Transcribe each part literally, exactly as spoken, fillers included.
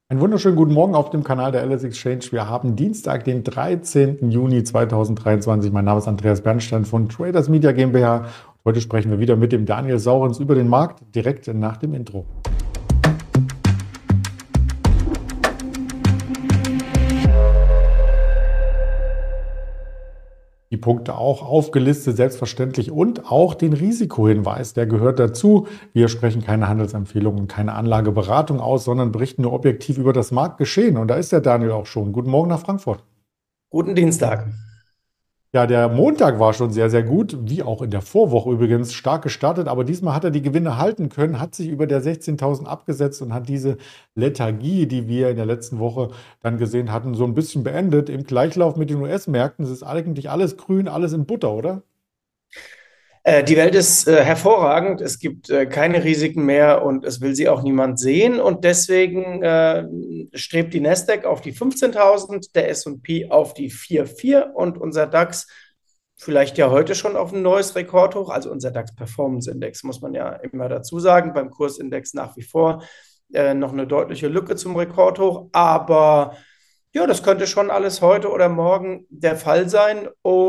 Einen wunderschönen guten Morgen auf dem Kanal der L S Exchange. Wir haben Dienstag, den dreizehnten Juni zweitausenddreiundzwanzig. Mein Name ist Andreas Bernstein von Traders Media GmbH. Heute sprechen wir wieder mit dem Daniel Saurens über den Markt, direkt nach dem Intro. Die Punkte auch aufgelistet, selbstverständlich, und auch den Risikohinweis, der gehört dazu. Wir sprechen keine Handelsempfehlungen, keine Anlageberatung aus, sondern berichten nur objektiv über das Marktgeschehen. Und da ist der Daniel auch schon. Guten Morgen nach Frankfurt. Guten Dienstag. Ja, der Montag war schon sehr, sehr gut, wie auch in der Vorwoche übrigens stark gestartet, aber diesmal hat er die Gewinne halten können, hat sich über der sechzehntausend abgesetzt und hat diese Lethargie, die wir in der letzten Woche dann gesehen hatten, so ein bisschen beendet. Im Gleichlauf mit den U S-Märkten, es ist eigentlich alles grün, alles in Butter, oder? Äh, die Welt ist äh, hervorragend. Es gibt äh, keine Risiken mehr und es will sie auch niemand sehen. Und deswegen äh, strebt die Nasdaq auf die fünfzehntausend, der S und P auf die vier Komma vier und unser DAX vielleicht ja heute schon auf ein neues Rekordhoch. Also unser DAX Performance Index, muss man ja immer dazu sagen. Beim Kursindex nach wie vor äh, noch eine deutliche Lücke zum Rekordhoch. Aber ja, das könnte schon alles heute oder morgen der Fall sein.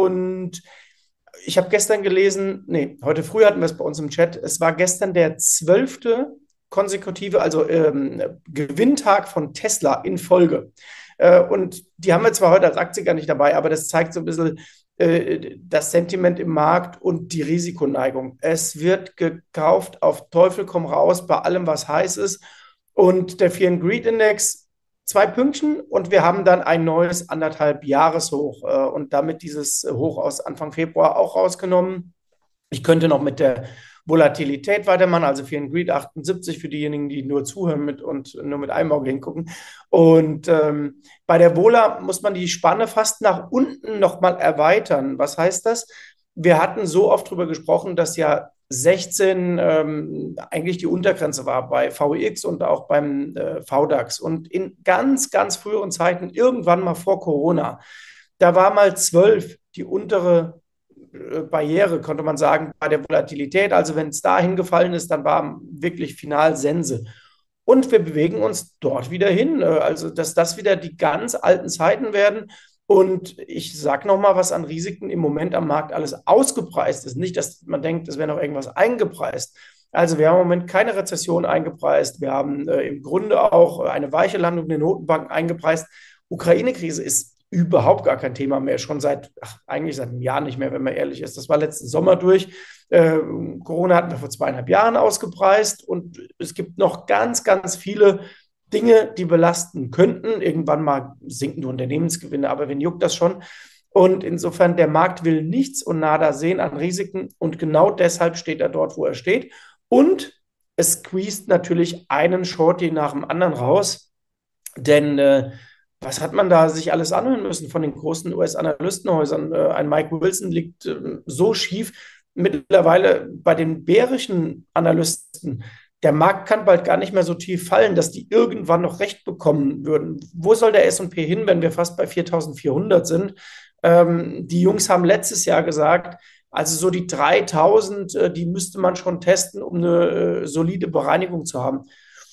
Und ich habe gestern gelesen, nee, heute früh hatten wir es bei uns im Chat, es war gestern der zwölfte konsekutive, also ähm, Gewinntag von Tesla in Folge. Äh, und die haben wir zwar heute als Aktie gar nicht dabei, aber das zeigt so ein bisschen äh, das Sentiment im Markt und die Risikoneigung. Es wird gekauft auf Teufel komm raus bei allem, was heiß ist. Und der Fear and Greed Index, zwei Pünktchen, und wir haben dann ein neues anderthalb Jahreshoch äh, und damit dieses Hoch aus Anfang Februar auch rausgenommen. Ich könnte noch mit der Volatilität weitermachen, also Fear and Greed achtundsiebzig für diejenigen, die nur zuhören mit und nur mit einem Auge hingucken. Und ähm, bei der Vola muss man die Spanne fast nach unten nochmal erweitern. Was heißt das? Wir hatten so oft darüber gesprochen, dass ja sechzehn ähm, eigentlich die Untergrenze war bei V X und auch beim äh, V DAX. Und in ganz, ganz früheren Zeiten, irgendwann mal vor Corona, da war mal zwölf die untere äh, Barriere, konnte man sagen, bei der Volatilität. Also wenn es da hingefallen ist, dann war wirklich final Sense. Und wir bewegen uns dort wieder hin. Äh, Also, dass das wieder die ganz alten Zeiten werden. Und ich sage nochmal, was an Risiken im Moment am Markt alles ausgepreist ist. Nicht, dass man denkt, es wäre noch irgendwas eingepreist. Also wir haben im Moment keine Rezession eingepreist. Wir haben äh, im Grunde auch eine weiche Landung in den Notenbanken eingepreist. Ukraine-Krise ist überhaupt gar kein Thema mehr, schon seit, ach, eigentlich seit einem Jahr nicht mehr, wenn man ehrlich ist. Das war letzten Sommer durch. Äh, Corona hatten wir vor zweieinhalb Jahren ausgepreist und es gibt noch ganz, ganz viele Dinge, die belasten könnten. Irgendwann mal sinken die Unternehmensgewinne, aber wen juckt das schon? Und insofern, der Markt will nichts und nada sehen an Risiken und genau deshalb steht er dort, wo er steht. Und es squeezed natürlich einen Shorty nach dem anderen raus, denn äh, was hat man da sich alles anhören müssen von den großen U S-Analystenhäusern? Äh, ein Mike Wilson liegt äh, so schief mittlerweile bei den bärischen Analysten. Der Markt kann bald gar nicht mehr so tief fallen, dass die irgendwann noch recht bekommen würden. Wo soll der S und P hin, wenn wir fast bei viertausendvierhundert sind? Ähm, die Jungs haben letztes Jahr gesagt, also so die dreitausend, äh, die müsste man schon testen, um eine äh, solide Bereinigung zu haben.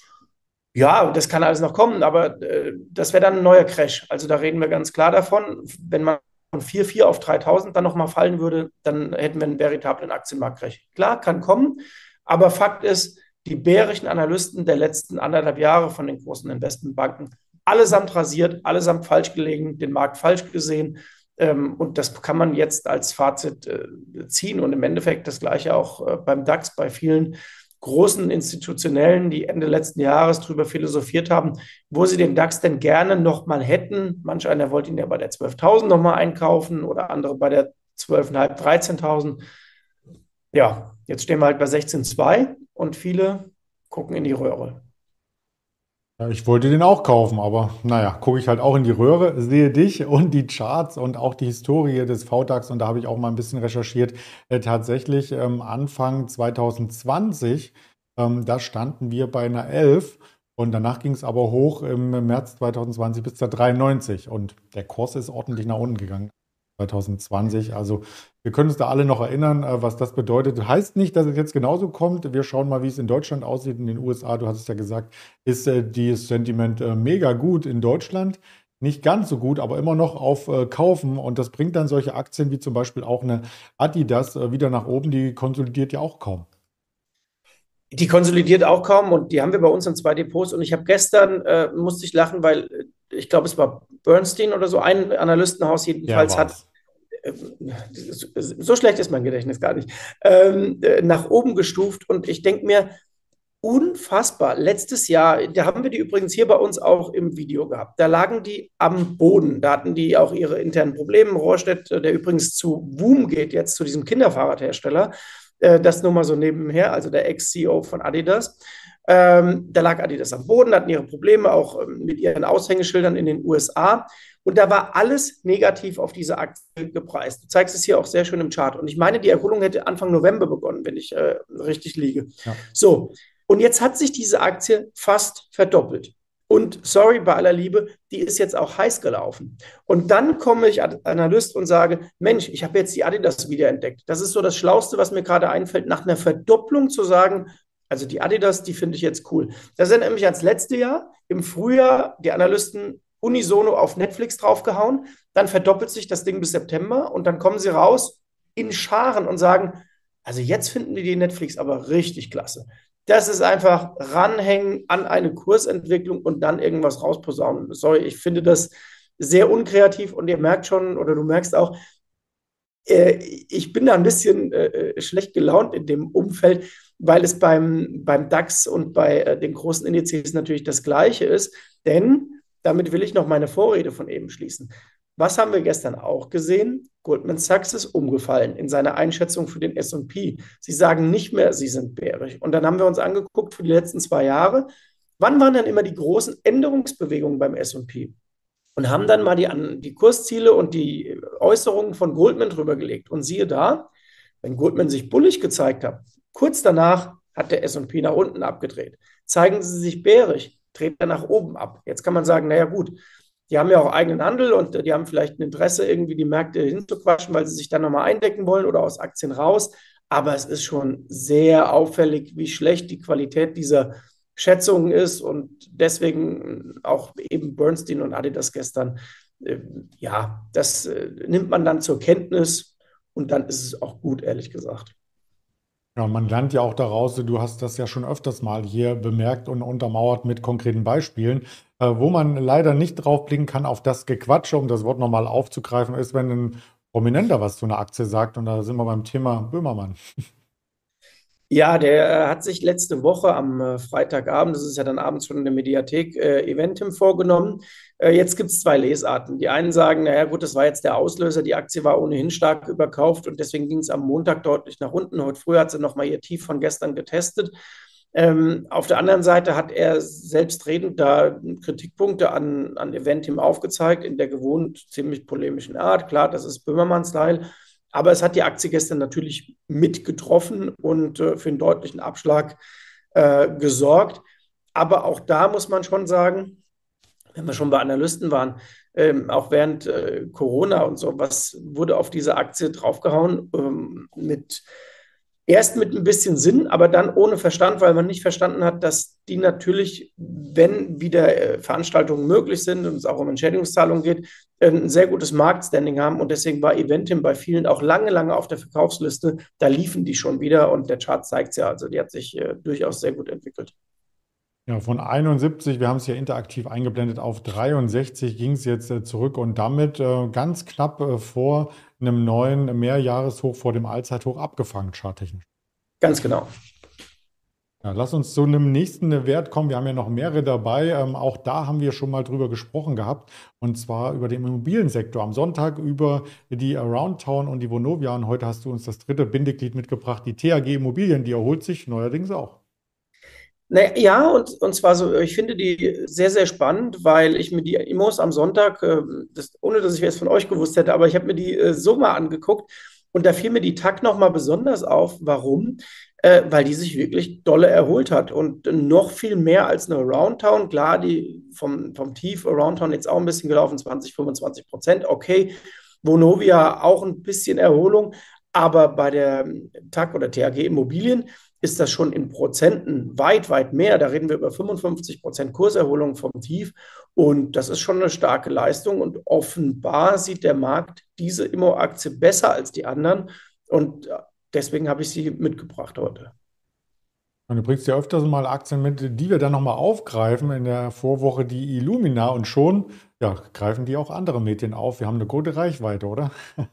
Ja, das kann alles noch kommen, aber äh, das wäre dann ein neuer Crash. Also da reden wir ganz klar davon. Wenn man von vier Komma vier auf dreitausend dann nochmal fallen würde, dann hätten wir einen veritablen Aktienmarktcrash. Klar, kann kommen, aber Fakt ist, die bärischen Analysten der letzten anderthalb Jahre von den großen Investmentbanken, allesamt rasiert, allesamt falsch gelegen, den Markt falsch gesehen. Ähm, und das kann man jetzt als Fazit äh, ziehen. Und im Endeffekt das Gleiche auch äh, beim DAX, bei vielen großen Institutionellen, die Ende letzten Jahres darüber philosophiert haben, wo sie den DAX denn gerne nochmal hätten. Manch einer wollte ihn ja bei der zwölftausend nochmal einkaufen oder andere bei der zwölftausendfünfhundert, dreizehntausend. Ja, jetzt stehen wir halt bei sechzehn Komma zwei und viele gucken in die Röhre. Ja, ich wollte den auch kaufen, aber naja, gucke ich halt auch in die Röhre, sehe dich und die Charts und auch die Historie des V DAX, und da habe ich auch mal ein bisschen recherchiert. Äh, tatsächlich ähm, Anfang zwanzig zwanzig, ähm, da standen wir bei einer elf, und danach ging es aber hoch im März zwanzig zwanzig bis zur dreiundneunzig, und der Kurs ist ordentlich nach unten gegangen. zwanzig zwanzig. Also wir können uns da alle noch erinnern, äh, was das bedeutet. Heißt nicht, dass es jetzt genauso kommt. Wir schauen mal, wie es in Deutschland aussieht. In den U S A, du hast es ja gesagt, ist äh, dieses Sentiment äh, mega gut. In Deutschland nicht ganz so gut, aber immer noch auf äh, Kaufen. Und das bringt dann solche Aktien wie zum Beispiel auch eine Adidas äh, wieder nach oben. Die konsolidiert ja auch kaum. Die konsolidiert auch kaum und die haben wir bei uns in zwei Depots. Und ich habe gestern, äh, musste ich lachen, weil äh, ich glaube, es war Bernstein oder so, ein Analystenhaus Ja, jedenfalls hat, war's. äh, so schlecht ist mein Gedächtnis gar nicht, ähm, äh, nach oben gestuft. Und ich denke mir, unfassbar. Letztes Jahr, da haben wir die übrigens hier bei uns auch im Video gehabt. Da lagen die am Boden. Da hatten die auch ihre internen Probleme. Rohrstedt, der übrigens zu Woom geht, jetzt zu diesem Kinderfahrradhersteller, äh, das nur mal so nebenher, also der Ex-C E O von Adidas. Ähm, da lag Adidas am Boden, hatten ihre Probleme auch ähm, mit ihren Aushängeschildern in den U S A. Und da war alles negativ auf diese Aktie gepreist. Du zeigst es hier auch sehr schön im Chart. Und ich meine, die Erholung hätte Anfang November begonnen, wenn ich äh, richtig liege. Ja. So, und jetzt hat sich diese Aktie fast verdoppelt. Und sorry, bei aller Liebe, die ist jetzt auch heiß gelaufen. Und dann komme ich als Analyst und sage, Mensch, ich habe jetzt die Adidas wiederentdeckt. Das ist so das Schlauste, was mir gerade einfällt, nach einer Verdopplung zu sagen, also die Adidas, die finde ich jetzt cool. Das ist nämlich als letzte Jahr im Frühjahr die Analysten unisono auf Netflix draufgehauen. Dann verdoppelt sich das Ding bis September und dann kommen sie raus in Scharen und sagen, also jetzt finden wir die Netflix aber richtig klasse. Das ist einfach ranhängen an eine Kursentwicklung und dann irgendwas rausposaunen. Sorry, ich finde das sehr unkreativ und ihr merkt schon, oder du merkst auch, äh, ich bin da ein bisschen äh, schlecht gelaunt in dem Umfeld, weil es beim, beim DAX und bei äh, den großen Indizes natürlich das Gleiche ist. Denn, damit will ich noch meine Vorrede von eben schließen. Was haben wir gestern auch gesehen? Goldman Sachs ist umgefallen in seiner Einschätzung für den S und P. Sie sagen nicht mehr, sie sind bärig. Und dann haben wir uns angeguckt für die letzten zwei Jahre, wann waren dann immer die großen Änderungsbewegungen beim S und P? Und haben dann mal die, die Kursziele und die Äußerungen von Goldman drüber gelegt. Und siehe da, wenn Goldman sich bullig gezeigt hat, kurz danach hat der S und P nach unten abgedreht. Zeigen sie sich bärig, dreht er nach oben ab. Jetzt kann man sagen, naja gut, die haben ja auch eigenen Handel und die haben vielleicht ein Interesse, irgendwie die Märkte hinzuquatschen, weil sie sich dann nochmal eindecken wollen oder aus Aktien raus. Aber es ist schon sehr auffällig, wie schlecht die Qualität dieser Schätzungen ist und deswegen auch eben Bernstein und Adidas gestern, äh, ja, das äh, nimmt man dann zur Kenntnis und dann ist es auch gut, ehrlich gesagt. Ja, man lernt ja auch daraus, du hast das ja schon öfters mal hier bemerkt und untermauert mit konkreten Beispielen, äh, wo man leider nicht drauf blicken kann auf das Gequatsche, um das Wort nochmal aufzugreifen, ist, wenn ein Prominenter was zu einer Aktie sagt. Und da sind wir beim Thema Böhmermann. Ja, der äh, hat sich letzte Woche am äh, Freitagabend, das ist ja dann abends schon in der Mediathek, äh, Eventim vorgenommen. Äh, jetzt gibt es zwei Lesarten. Die einen sagen, naja gut, das war jetzt der Auslöser, die Aktie war ohnehin stark überkauft und deswegen ging es am Montag deutlich nach unten. Heute früh hat sie nochmal ihr Tief von gestern getestet. Ähm, auf der anderen Seite hat er selbstredend da Kritikpunkte an, an Eventim aufgezeigt, in der gewohnt ziemlich polemischen Art. Klar, das ist Böhmermann-Style. Aber es hat die Aktie gestern natürlich mitgetroffen und äh, für einen deutlichen Abschlag äh, gesorgt. Aber auch da muss man schon sagen, wenn wir schon bei Analysten waren, ähm, auch während äh, Corona und so, was wurde auf diese Aktie draufgehauen ähm, mit erst mit ein bisschen Sinn, aber dann ohne Verstand, weil man nicht verstanden hat, dass die natürlich, wenn wieder äh, Veranstaltungen möglich sind und es auch um Entschädigungszahlungen geht, äh, ein sehr gutes Marktstanding haben. Und deswegen war Eventim bei vielen auch lange, lange auf der Verkaufsliste. Da liefen die schon wieder und der Chart zeigt es ja. Also die hat sich äh, durchaus sehr gut entwickelt. Ja, von einundsiebzig, wir haben es hier interaktiv eingeblendet, auf dreiundsechzig ging es jetzt äh, zurück und damit äh, ganz knapp äh, vor einem neuen Mehrjahreshoch, vor dem Allzeithoch abgefangen, charttechnisch. Ganz genau. Ja, lass uns zu einem nächsten Wert kommen. Wir haben ja noch mehrere dabei. Ähm, auch da haben wir schon mal drüber gesprochen gehabt. Und zwar über den Immobiliensektor. Am Sonntag über die Aroundtown und die Vonovia. Und heute hast du uns das dritte Bindeglied mitgebracht. Die T A G Immobilien, die erholt sich neuerdings auch. Na, ja, und, und zwar so, ich finde die sehr, sehr spannend, weil ich mir die Immos am Sonntag, äh, das, ohne dass ich es von euch gewusst hätte, aber ich habe mir die äh, so mal angeguckt und da fiel mir die T A G nochmal besonders auf. Warum? Äh, weil die sich wirklich dolle erholt hat und noch viel mehr als eine Aroundtown. Klar, die vom, vom Tief Aroundtown jetzt auch ein bisschen gelaufen, zwanzig, fünfundzwanzig Prozent, okay. Vonovia auch ein bisschen Erholung, aber bei der T A G oder T A G Immobilien ist das schon in Prozenten weit, weit mehr. Da reden wir über fünfundfünfzig Prozent Kurserholung vom Tief. Und das ist schon eine starke Leistung. Und offenbar sieht der Markt diese Immo-Aktie besser als die anderen. Und deswegen habe ich sie mitgebracht heute. Und du bringst ja öfters mal Aktien mit, die wir dann nochmal aufgreifen. In der Vorwoche die Illumina und schon ja, greifen die auch andere Medien auf. Wir haben eine gute Reichweite, oder?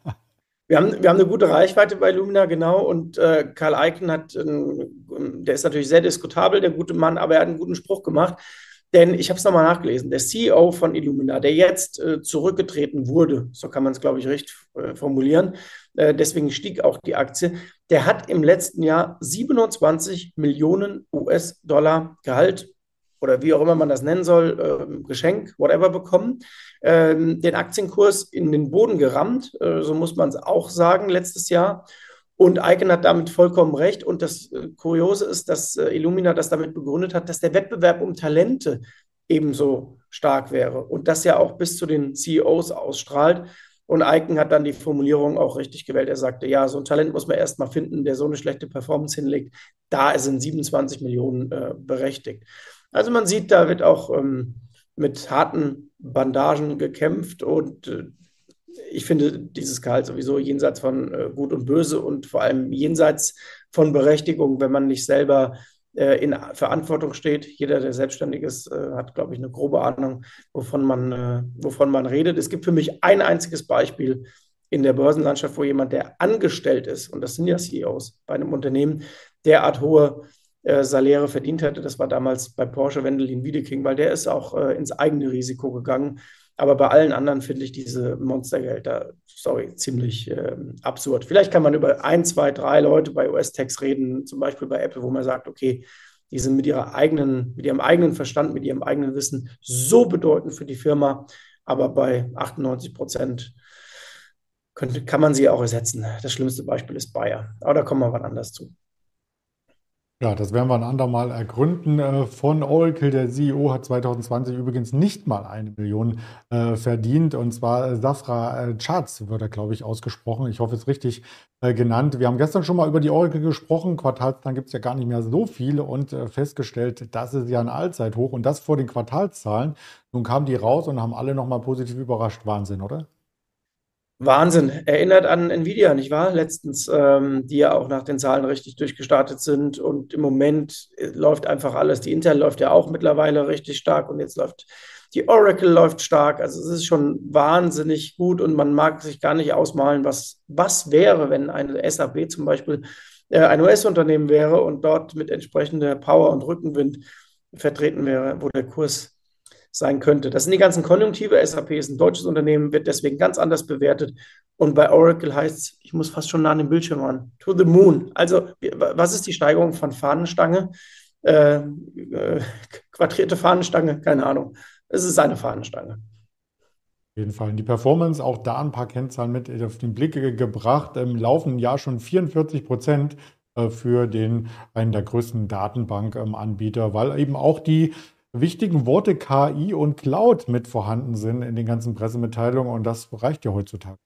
Wir haben, wir haben eine gute Reichweite bei Lumina, genau. Und äh, Karl Icahn hat, ähm, der ist natürlich sehr diskutabel, der gute Mann, aber er hat einen guten Spruch gemacht. Denn ich habe es nochmal nachgelesen. Der C E O von Illumina, der jetzt äh, zurückgetreten wurde, so kann man es, glaube ich, richtig äh, formulieren, äh, deswegen stieg auch die Aktie, der hat im letzten Jahr siebenundzwanzig Millionen U S-Dollar Gehalt oder wie auch immer man das nennen soll, äh, Geschenk, whatever bekommen, ähm, den Aktienkurs in den Boden gerammt, äh, so muss man es auch sagen, letztes Jahr. Und Icahn hat damit vollkommen recht. Und das äh, Kuriose ist, dass äh, Illumina das damit begründet hat, dass der Wettbewerb um Talente ebenso stark wäre und das ja auch bis zu den C E Os ausstrahlt. Und Icahn hat dann die Formulierung auch richtig gewählt. Er sagte, ja, so ein Talent muss man erst mal finden, der so eine schlechte Performance hinlegt. Da sind siebenundzwanzig Millionen äh, berechtigt. Also man sieht, da wird auch ähm, mit harten Bandagen gekämpft und äh, ich finde dieses Gehalt sowieso jenseits von äh, Gut und Böse und vor allem jenseits von Berechtigung, wenn man nicht selber äh, in Verantwortung steht. Jeder, der selbstständig ist, äh, hat, glaube ich, eine grobe Ahnung, wovon man, äh, wovon man redet. Es gibt für mich ein einziges Beispiel in der Börsenlandschaft, wo jemand, der angestellt ist, und das sind ja C E Os bei einem Unternehmen, derart hohe äh, Saläre verdient hätte. Das war damals bei Porsche Wendelin Wiedeking, weil der ist auch äh, ins eigene Risiko gegangen. Aber bei allen anderen finde ich diese Monstergehälter, sorry, ziemlich äh, absurd. Vielleicht kann man über ein, zwei, drei Leute bei U S-Techs reden, zum Beispiel bei Apple, wo man sagt, okay, die sind mit ihrer eigenen, mit ihrem eigenen Verstand, mit ihrem eigenen Wissen so bedeutend für die Firma. Aber bei achtundneunzig Prozent könnte, kann man sie auch ersetzen. Das schlimmste Beispiel ist Bayer. Aber da kommen wir wann anders zu. Ja, das werden wir ein andermal ergründen. Äh, Von Oracle, der C E O, hat zwanzig zwanzig übrigens nicht mal eine Million äh, verdient. Und zwar Safra äh, Charts wird er, glaube ich, ausgesprochen. Ich hoffe, es ist richtig äh, genannt. Wir haben gestern schon mal über die Oracle gesprochen. Quartalszahlen gibt es ja gar nicht mehr so viele und äh, festgestellt, das ist ja ein Allzeithoch. Und das vor den Quartalszahlen. Nun kamen die raus und haben alle nochmal positiv überrascht. Wahnsinn, oder? Wahnsinn. Erinnert an Nvidia, nicht wahr? Letztens, ähm, die ja auch nach den Zahlen richtig durchgestartet sind. Und im Moment äh, läuft einfach alles. Die Intel läuft ja auch mittlerweile richtig stark und jetzt läuft die Oracle läuft stark. Also es ist schon wahnsinnig gut und man mag sich gar nicht ausmalen, was, was wäre, wenn eine S A P zum Beispiel äh, ein U S-Unternehmen wäre und dort mit entsprechender Power und Rückenwind vertreten wäre, wo der Kurs sein könnte. Das sind die ganzen Konjunktive. S A P ist ein deutsches Unternehmen, wird deswegen ganz anders bewertet. Und bei Oracle heißt es, ich muss fast schon nah an den Bildschirm ran, to the moon. Also, was ist die Steigerung von Fahnenstange? Äh, äh, quadrierte Fahnenstange? Keine Ahnung. Es ist eine Fahnenstange. Auf jeden Fall. Die Performance, auch da ein paar Kennzahlen mit auf den Blick ge- gebracht. Im laufenden Jahr schon vierundvierzig Prozent äh, für den, einen der größten Datenbankanbieter, weil eben auch die wichtigen Worte K I und Cloud mit vorhanden sind in den ganzen Pressemitteilungen und das reicht ja heutzutage.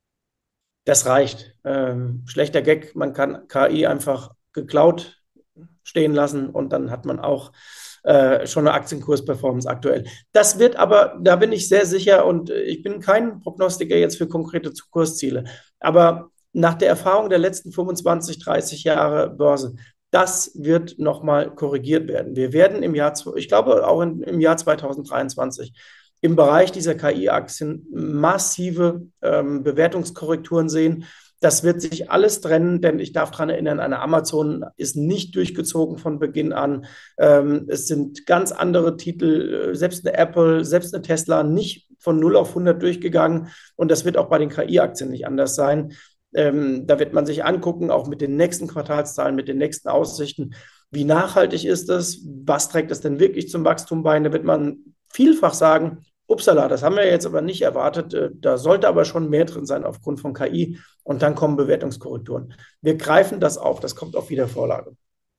Das reicht. Ähm, schlechter Gag, man kann K I einfach geklaut stehen lassen und dann hat man auch äh, schon eine Aktienkursperformance aktuell. Das wird aber, da bin ich sehr sicher und ich bin kein Prognostiker jetzt für konkrete Kursziele, aber nach der Erfahrung der letzten fünfundzwanzig, dreißig Jahre Börse, das wird nochmal korrigiert werden. Wir werden im Jahr, ich glaube auch in, im Jahr zwanzig dreiundzwanzig im Bereich dieser K I-Aktien massive ähm, Bewertungskorrekturen sehen. Das wird sich alles trennen, denn ich darf daran erinnern, eine Amazon ist nicht durchgezogen von Beginn an. Ähm, es sind ganz andere Titel, selbst eine Apple, selbst eine Tesla, nicht von null auf hundert durchgegangen. Und das wird auch bei den K I-Aktien nicht anders sein. Ähm, da wird man sich angucken, auch mit den nächsten Quartalszahlen, mit den nächsten Aussichten, wie nachhaltig ist das, was trägt es denn wirklich zum Wachstum bei. Da wird man vielfach sagen, upsala, das haben wir jetzt aber nicht erwartet. Da sollte aber schon mehr drin sein aufgrund von K I. Und dann kommen Bewertungskorrekturen. Wir greifen das auf. Das kommt auf Wiedervorlage.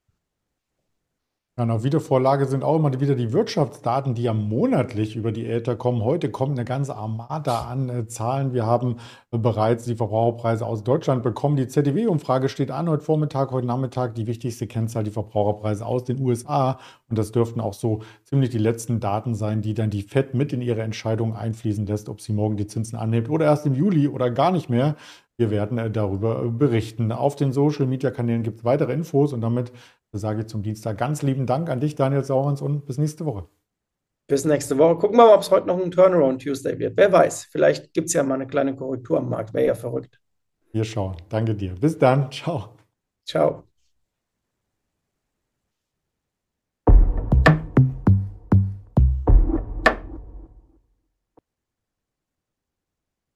Ja, und auf Wiedervorlage sind auch immer wieder die Wirtschaftsdaten, die ja monatlich über die Äther kommen. Heute kommt eine ganze Armada an äh, Zahlen. Wir haben bereits die Verbraucherpreise aus Deutschland bekommen. Die Z D W-Umfrage steht an heute Vormittag, heute Nachmittag. Die wichtigste Kennzahl, die Verbraucherpreise aus den U S A. Und das dürften auch so ziemlich die letzten Daten sein, die dann die Fed mit in ihre Entscheidung einfließen lässt, ob sie morgen die Zinsen anhebt oder erst im Juli oder gar nicht mehr. Wir werden äh, darüber äh, berichten. Auf den Social-Media-Kanälen gibt es weitere Infos und damit sage ich zum Dienstag ganz lieben Dank an dich, Daniel Saurens, und bis nächste Woche. Bis nächste Woche. Gucken wir mal, ob es heute noch ein Turnaround Tuesday wird. Wer weiß, vielleicht gibt es ja mal eine kleine Korrektur am Markt. Wäre ja verrückt. Wir schauen. Danke dir. Bis dann. Ciao. Ciao.